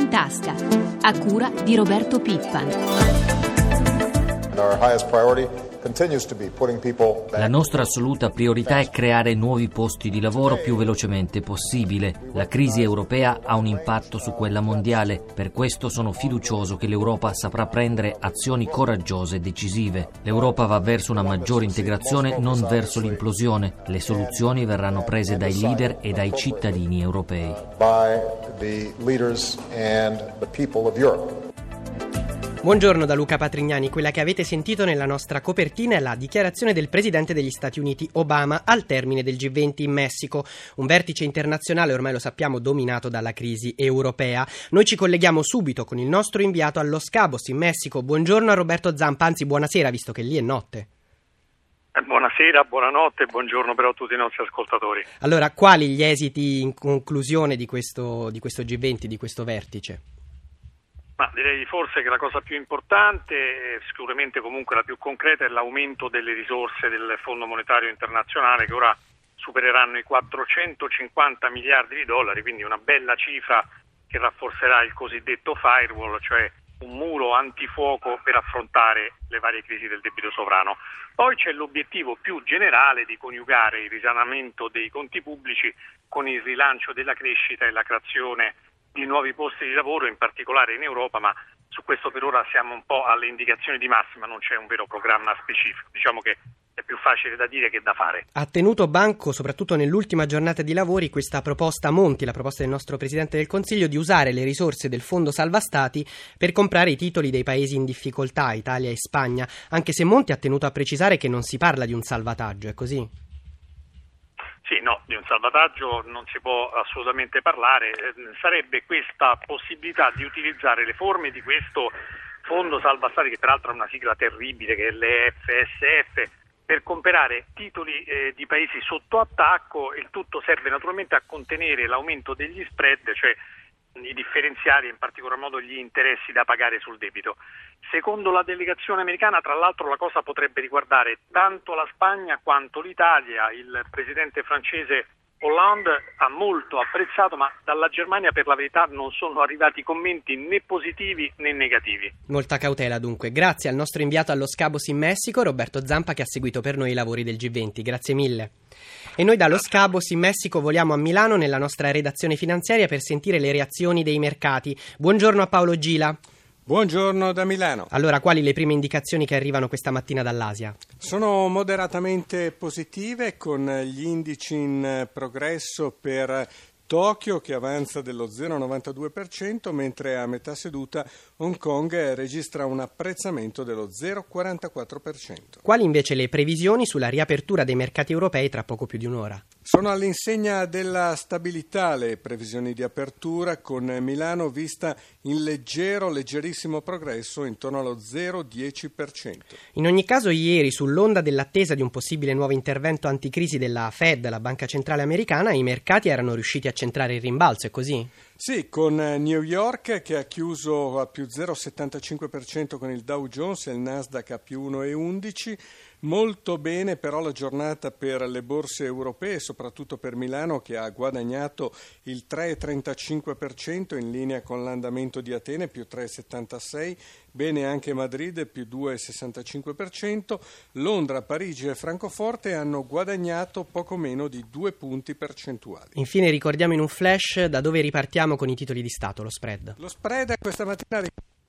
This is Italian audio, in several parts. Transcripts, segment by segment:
in tasca, a cura di Roberto Pippan. La nostra assoluta priorità è creare nuovi posti di lavoro più velocemente possibile. La crisi europea ha un impatto su quella mondiale, per questo sono fiducioso che l'Europa saprà prendere azioni coraggiose e decisive. L'Europa va verso una maggiore integrazione, non verso l'implosione. Le soluzioni verranno prese dai leader e dai cittadini europei. Buongiorno da Luca Patrignani. Quella che avete sentito nella nostra copertina è la dichiarazione del presidente degli Stati Uniti Obama al termine del G20 in Messico, un vertice internazionale, ormai lo sappiamo, dominato dalla crisi europea. Noi ci colleghiamo subito con il nostro inviato a Los Cabos in Messico. Buongiorno a Roberto Zampa, anzi buonasera, visto che lì è notte. Buonasera, buonanotte e buongiorno però a tutti i nostri ascoltatori. Allora, quali gli esiti in conclusione di questo G20, di questo vertice? Ma direi forse che la cosa più importante, sicuramente comunque la più concreta, è l'aumento delle risorse del Fondo Monetario Internazionale, che ora supereranno i 450 miliardi di dollari, quindi una bella cifra che rafforzerà il cosiddetto firewall, cioè un muro antifuoco per affrontare le varie crisi del debito sovrano. Poi c'è l'obiettivo più generale di coniugare il risanamento dei conti pubblici con il rilancio della crescita e la creazione di nuovi posti di lavoro, in particolare in Europa, ma su questo per ora siamo un po' alle indicazioni di massima, non c'è un vero programma specifico. Diciamo che è più facile da dire che da fare. Ha tenuto banco, soprattutto nell'ultima giornata di lavori, questa proposta Monti, la proposta del nostro Presidente del Consiglio, di usare le risorse del Fondo Salva Stati per comprare i titoli dei paesi in difficoltà, Italia e Spagna, anche se Monti ha tenuto a precisare che non si parla di un salvataggio, è così? Sì, no, di un salvataggio non si può assolutamente parlare. Sarebbe questa possibilità di utilizzare le forme di questo Fondo Salva Stati, che peraltro ha una sigla terribile, che è l'EFSF, per comprare titoli di paesi sotto attacco. Il tutto serve naturalmente a contenere l'aumento degli spread, cioè i differenziali, in particolar modo gli interessi da pagare sul debito. Secondo la delegazione americana, tra l'altro, la cosa potrebbe riguardare tanto la Spagna quanto l'Italia. Il presidente francese Hollande ha molto apprezzato, ma dalla Germania per la verità non sono arrivati commenti né positivi né negativi. Molta cautela dunque. Grazie al nostro inviato a Los Cabos in Messico, Roberto Zampa, che ha seguito per noi i lavori del G20. Grazie mille. E noi da Los Cabos in Messico voliamo a Milano nella nostra redazione finanziaria per sentire le reazioni dei mercati. Buongiorno a Paolo Gila. Buongiorno da Milano. Allora, quali le prime indicazioni che arrivano questa mattina dall'Asia? Sono moderatamente positive, con gli indici in progresso per Tokyo che avanza dello 0,92%, mentre a metà seduta Hong Kong registra un apprezzamento dello 0,44%. Quali invece le previsioni sulla riapertura dei mercati europei tra poco più di un'ora? Sono all'insegna della stabilità le previsioni di apertura, con Milano vista in leggerissimo progresso intorno allo 0,10%. In ogni caso, ieri, sull'onda dell'attesa di un possibile nuovo intervento anticrisi della Fed, la banca centrale americana, i mercati erano riusciti a centrare il rimbalzo, è così? Sì, con New York che ha chiuso a più 0,75% con il Dow Jones e il Nasdaq a più 1,11%. Molto bene però la giornata per le borse europee, soprattutto per Milano che ha guadagnato il 3,35% in linea con l'andamento di Atene, più 3,76%, bene anche Madrid, più 2,65%, Londra, Parigi e Francoforte hanno guadagnato poco meno di 2 punti percentuali. Infine ricordiamo in un flash da dove ripartiamo con i titoli di Stato, lo spread. Lo spread questa mattina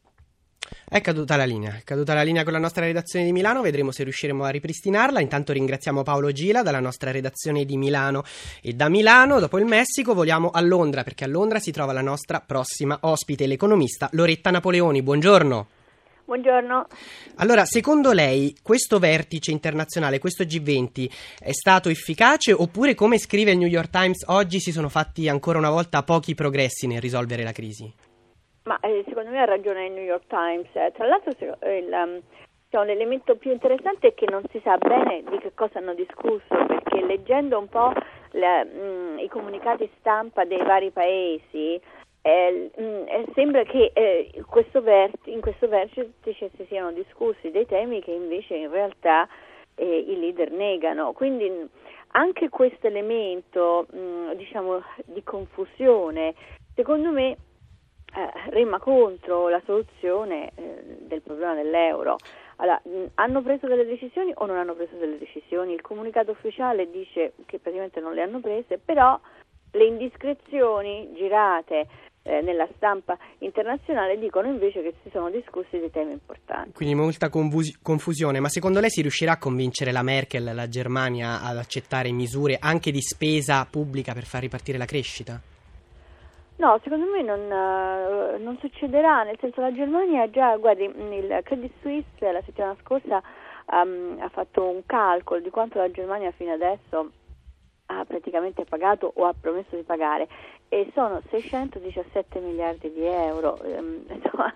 È caduta la linea con la nostra redazione di Milano, vedremo se riusciremo a ripristinarla. Intanto ringraziamo Paolo Gila dalla nostra redazione di Milano, e da Milano, dopo il Messico, voliamo a Londra, perché a Londra si trova la nostra prossima ospite, l'economista Loretta Napoleoni. Buongiorno. Buongiorno. Allora, secondo lei questo vertice internazionale, questo G20, è stato efficace, oppure, come scrive il New York Times, oggi si sono fatti ancora una volta pochi progressi nel risolvere la crisi? Ma secondo me ha ragione il New York Times. Tra l'altro l'elemento più interessante è che non si sa bene di che cosa hanno discusso, perché leggendo un po' i comunicati stampa dei vari paesi sembra che in questo vertice si siano discussi dei temi che invece in realtà i leader negano. Quindi anche questo elemento di confusione, secondo me, rema contro la soluzione del problema dell'euro. Allora, hanno preso delle decisioni o non hanno preso delle decisioni? Il comunicato ufficiale dice che praticamente non le hanno prese, però le indiscrezioni girate nella stampa internazionale dicono invece che si sono discussi dei temi importanti. Quindi molta confusione, ma secondo lei si riuscirà a convincere la Merkel, la Germania, ad accettare misure anche di spesa pubblica per far ripartire la crescita? No, secondo me non succederà, nel senso la Germania già, guardi, il Credit Suisse la settimana scorsa ha fatto un calcolo di quanto la Germania fino adesso ha praticamente pagato o ha promesso di pagare, e sono 617 miliardi di euro, insomma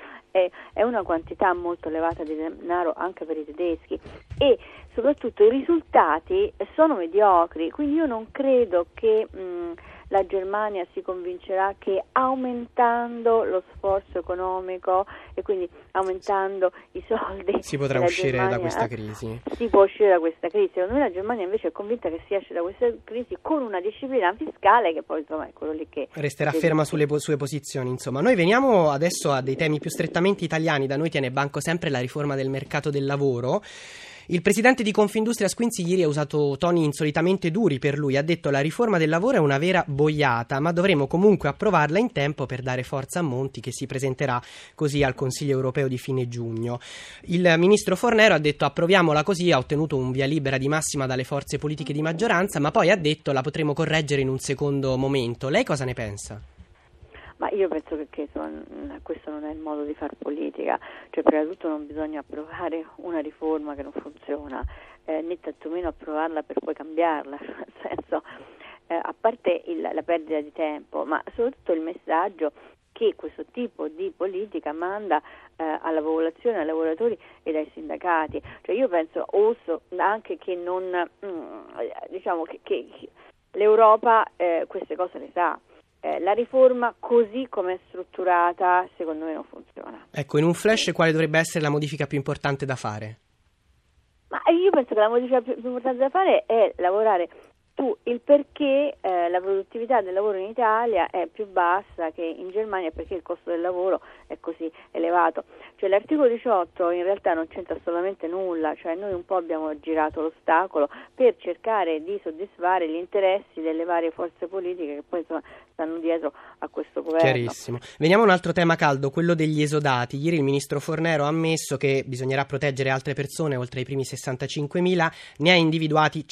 è una quantità molto elevata di denaro anche per i tedeschi, e soprattutto i risultati sono mediocri, quindi io non credo che la Germania si convincerà che aumentando lo sforzo economico e quindi aumentando i soldi si potrà uscire da questa crisi. Si può uscire da questa crisi. Secondo me la Germania invece è convinta che si esce da questa crisi con una disciplina fiscale che poi insomma è quello lì che resterà ferma sulle sue posizioni. Insomma, noi veniamo adesso a dei temi più strettamente italiani. Da noi tiene banco sempre la riforma del mercato del lavoro. Il presidente di Confindustria Squinzi ieri ha usato toni insolitamente duri per lui, ha detto la riforma del lavoro è una vera boiata, ma dovremo comunque approvarla in tempo per dare forza a Monti che si presenterà così al Consiglio europeo di fine giugno. Il ministro Fornero ha detto approviamola così, ha ottenuto un via libera di massima dalle forze politiche di maggioranza, ma poi ha detto la potremo correggere in un secondo momento. Lei cosa ne pensa? Ma io penso che questo non è il modo di far politica, cioè prima di tutto non bisogna approvare una riforma che non funziona, né tantomeno approvarla per poi cambiarla, nel senso, a parte la perdita di tempo, ma soprattutto il messaggio che questo tipo di politica manda alla popolazione, ai lavoratori e ai sindacati. Cioè io penso anche che non diciamo che l'Europa queste cose le sa. La riforma così come è strutturata secondo me non funziona. Ecco, in un flash quale dovrebbe essere la modifica più importante da fare? Ma io penso che la modifica più importante da fare è lavorare su il perché la produttività del lavoro in Italia è più bassa che in Germania e perché il costo del lavoro è così elevato. Cioè l'articolo 18 in realtà non c'entra assolutamente nulla, cioè noi un po' abbiamo girato l'ostacolo per cercare di soddisfare gli interessi delle varie forze politiche che poi insomma stanno dietro a questo governo. Chiarissimo. Veniamo a un altro tema caldo, quello degli esodati. Ieri il ministro Fornero ha ammesso che bisognerà proteggere altre persone, oltre ai primi 65.000, ne ha individuati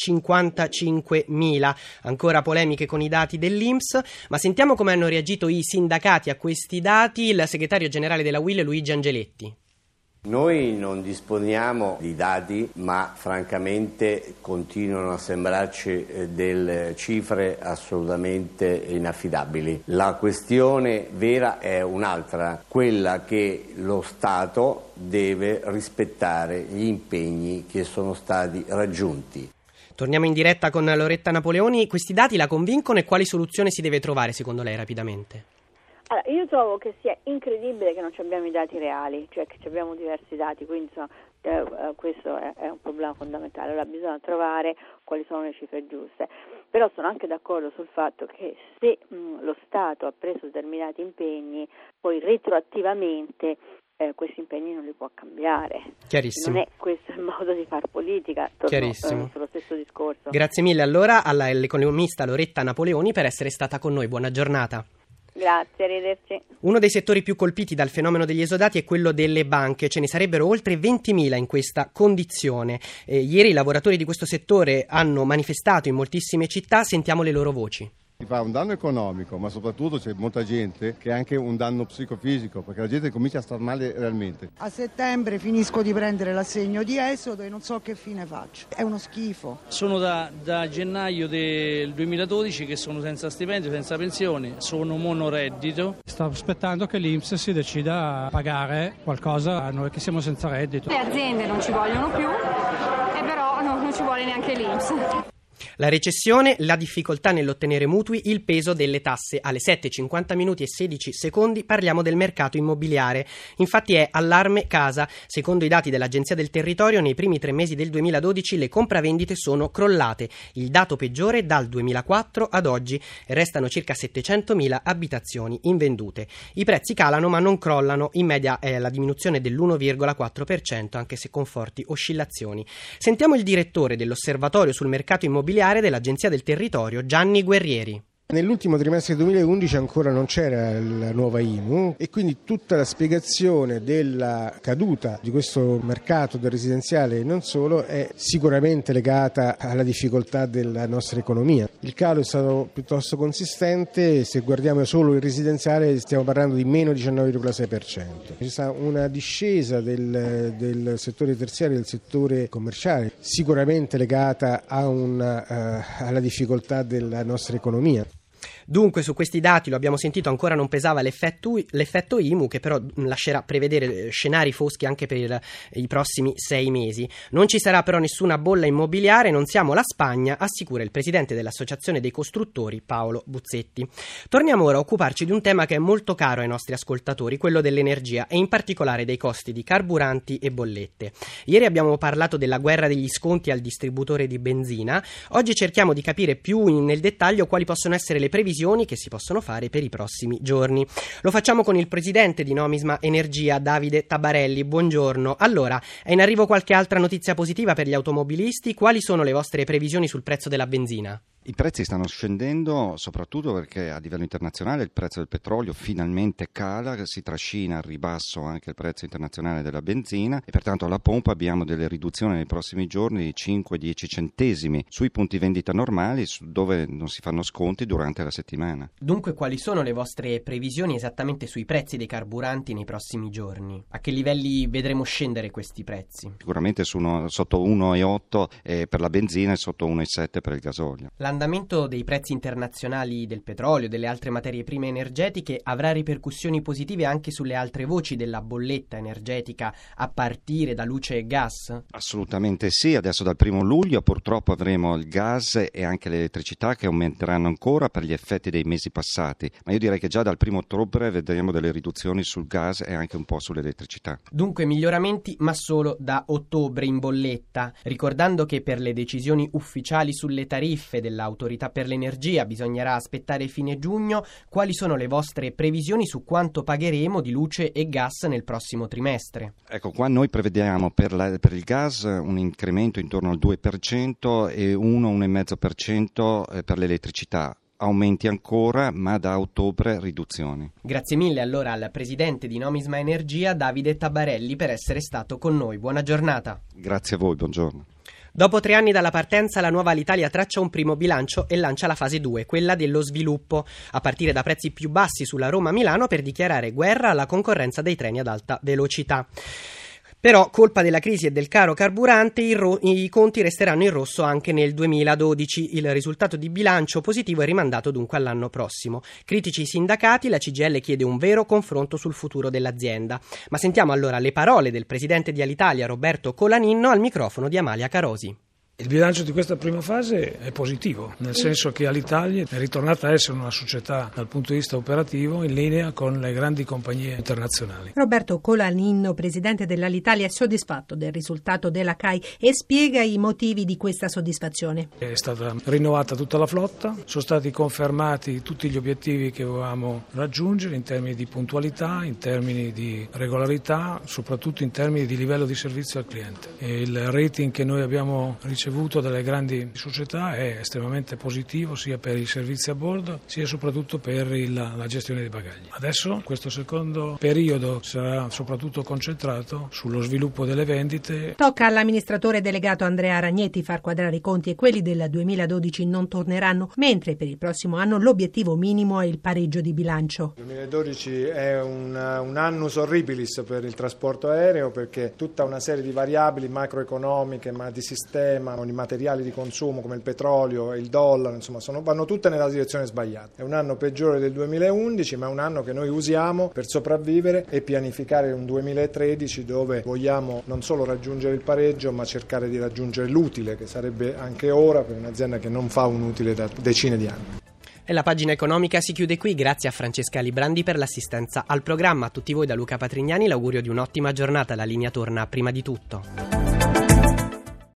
55.000. Ancora polemiche con i dati dell'INPS, ma sentiamo come hanno reagito i sindacati a questi dati. Il segretario generale della UIL, Luigi Angeletti. Noi non disponiamo di dati, ma francamente continuano a sembrarci delle cifre assolutamente inaffidabili. La questione vera è un'altra, quella che lo Stato deve rispettare gli impegni che sono stati raggiunti. Torniamo in diretta con Loretta Napoleoni. Questi dati la convincono e quali soluzione si deve trovare secondo lei rapidamente? Allora, io trovo che sia incredibile che non abbiamo i dati reali, cioè che abbiamo diversi dati, quindi insomma, questo è un problema fondamentale. Allora bisogna trovare quali sono le cifre giuste, però sono anche d'accordo sul fatto che se lo Stato ha preso determinati impegni, poi retroattivamente questi impegni non li può cambiare. Chiarissimo. Non è questo il modo di far politica, Chiarissimo. Sullo stesso discorso. Grazie mille allora all'economista Loretta Napoleoni per essere stata con noi, buona giornata. Grazie, arrivederci. Uno dei settori più colpiti dal fenomeno degli esodati è quello delle banche, ce ne sarebbero oltre 20.000 in questa condizione. Ieri i lavoratori di questo settore hanno manifestato in moltissime città, sentiamo le loro voci. Si fa un danno economico, ma soprattutto c'è molta gente che ha anche un danno psicofisico, perché la gente comincia a star male realmente. A settembre finisco di prendere l'assegno di esodo e non so che fine faccio. È uno schifo. Sono da gennaio del 2012 che sono senza stipendio, senza pensione, sono monoreddito. Sto aspettando che l'INPS si decida a pagare qualcosa a noi che siamo senza reddito. Le aziende non ci vogliono più e però non ci vuole neanche l'INPS. La recessione, la difficoltà nell'ottenere mutui, il peso delle tasse. Alle 7:50 minuti e 16 secondi parliamo del mercato immobiliare. Infatti è allarme casa. Secondo i dati dell'Agenzia del Territorio, nei primi 3 mesi del 2012 le compravendite sono crollate. Il dato peggiore dal 2004 ad oggi. Restano circa 700.000 abitazioni invendute. I prezzi calano ma non crollano. In media è la diminuzione dell'1,4%, anche se con forti oscillazioni. Sentiamo il direttore dell'Osservatorio sul mercato immobiliare dell'Agenzia del Territorio, Gianni Guerrieri. Nell'ultimo trimestre del 2011 ancora non c'era la nuova IMU e quindi tutta la spiegazione della caduta di questo mercato del residenziale e non solo è sicuramente legata alla difficoltà della nostra economia. Il calo è stato piuttosto consistente, se guardiamo solo il residenziale stiamo parlando di meno 19,6%. C'è stata una discesa del settore terziario e del settore commerciale, sicuramente legata alla difficoltà della nostra economia. Dunque su questi dati, lo abbiamo sentito, ancora non pesava l'effetto IMU, che però lascerà prevedere scenari foschi anche per i prossimi 6 mesi. Non ci sarà però nessuna bolla immobiliare, non siamo la Spagna, assicura il presidente dell'Associazione dei Costruttori Paolo Buzzetti. Torniamo ora a occuparci di un tema che è molto caro ai nostri ascoltatori, quello dell'energia e in particolare dei costi di carburanti e bollette. Ieri abbiamo parlato della guerra degli sconti al distributore di benzina, oggi cerchiamo di capire più nel dettaglio quali possono essere le previsioni che si possono fare per i prossimi giorni. Lo facciamo con il presidente di Nomisma Energia, Davide Tabarelli. Buongiorno. Allora, è in arrivo qualche altra notizia positiva per gli automobilisti? Quali sono le vostre previsioni sul prezzo della benzina? I prezzi stanno scendendo soprattutto perché a livello internazionale il prezzo del petrolio finalmente cala, si trascina al ribasso anche il prezzo internazionale della benzina e pertanto alla pompa abbiamo delle riduzioni nei prossimi giorni di 5-10 centesimi sui punti vendita normali dove non si fanno sconti durante la settimana. Dunque quali sono le vostre previsioni esattamente sui prezzi dei carburanti nei prossimi giorni? A che livelli vedremo scendere questi prezzi? Sicuramente sotto 1,8 per la benzina e sotto 1,7 per il gasolio. L'andamento dei prezzi internazionali del petrolio e delle altre materie prime energetiche avrà ripercussioni positive anche sulle altre voci della bolletta energetica a partire da luce e gas? Assolutamente sì, adesso dal 1 luglio purtroppo avremo il gas e anche l'elettricità che aumenteranno ancora per gli effetti dei mesi passati, ma io direi che già dal 1 ottobre vedremo delle riduzioni sul gas e anche un po' sull'elettricità. Dunque miglioramenti ma solo da ottobre in bolletta, ricordando che per le decisioni ufficiali sulle tariffe dell'Autorità per l'Energia bisognerà aspettare fine giugno. Quali sono le vostre previsioni su quanto pagheremo di luce e gas nel prossimo trimestre? Ecco, qua noi prevediamo per il gas un incremento intorno al 2% e 1-1,5% per l'elettricità. Aumenti ancora, ma da ottobre riduzioni. Grazie mille allora al presidente di Nomisma Energia, Davide Tabarelli, per essere stato con noi. Buona giornata. Grazie a voi, buongiorno. Dopo 3 anni dalla partenza, la nuova Alitalia traccia un primo bilancio e lancia la fase 2, quella dello sviluppo, a partire da prezzi più bassi sulla Roma-Milano per dichiarare guerra alla concorrenza dei treni ad alta velocità. Però, colpa della crisi e del caro carburante, i conti resteranno in rosso anche nel 2012. Il risultato di bilancio positivo è rimandato dunque all'anno prossimo. Critici i sindacati, la CGIL chiede un vero confronto sul futuro dell'azienda. Ma sentiamo allora le parole del presidente di Alitalia, Roberto Colaninno, al microfono di Amalia Carosi. Il bilancio di questa prima fase è positivo, nel senso che Alitalia è ritornata a essere una società dal punto di vista operativo in linea con le grandi compagnie internazionali. Roberto Colaninno, presidente dell'Alitalia, è soddisfatto del risultato della CAI e spiega i motivi di questa soddisfazione. È stata rinnovata tutta la flotta, sono stati confermati tutti gli obiettivi che volevamo raggiungere in termini di puntualità, in termini di regolarità, soprattutto in termini di livello di servizio al cliente. E il rating che noi abbiamo ricevuto dalle grandi società è estremamente positivo sia per i servizi a bordo sia soprattutto per la gestione dei bagagli. Adesso questo secondo periodo sarà soprattutto concentrato sullo sviluppo delle vendite. Tocca all'amministratore delegato Andrea Ragnetti far quadrare i conti e quelli del 2012 non torneranno, mentre per il prossimo anno l'obiettivo minimo è il pareggio di bilancio. Il 2012 è un annus horribilis per il trasporto aereo perché tutta una serie di variabili macroeconomiche ma di sistema i materiali di consumo come il petrolio e il dollaro, insomma vanno tutte nella direzione sbagliata. È un anno peggiore del 2011, ma è un anno che noi usiamo per sopravvivere e pianificare un 2013 dove vogliamo non solo raggiungere il pareggio, ma cercare di raggiungere l'utile, che sarebbe anche ora per un'azienda che non fa un utile da decine di anni. E la pagina economica si chiude qui, grazie a Francesca Librandi per l'assistenza al programma. A tutti voi da Luca Patrignani l'augurio di un'ottima giornata. La linea torna prima di tutto.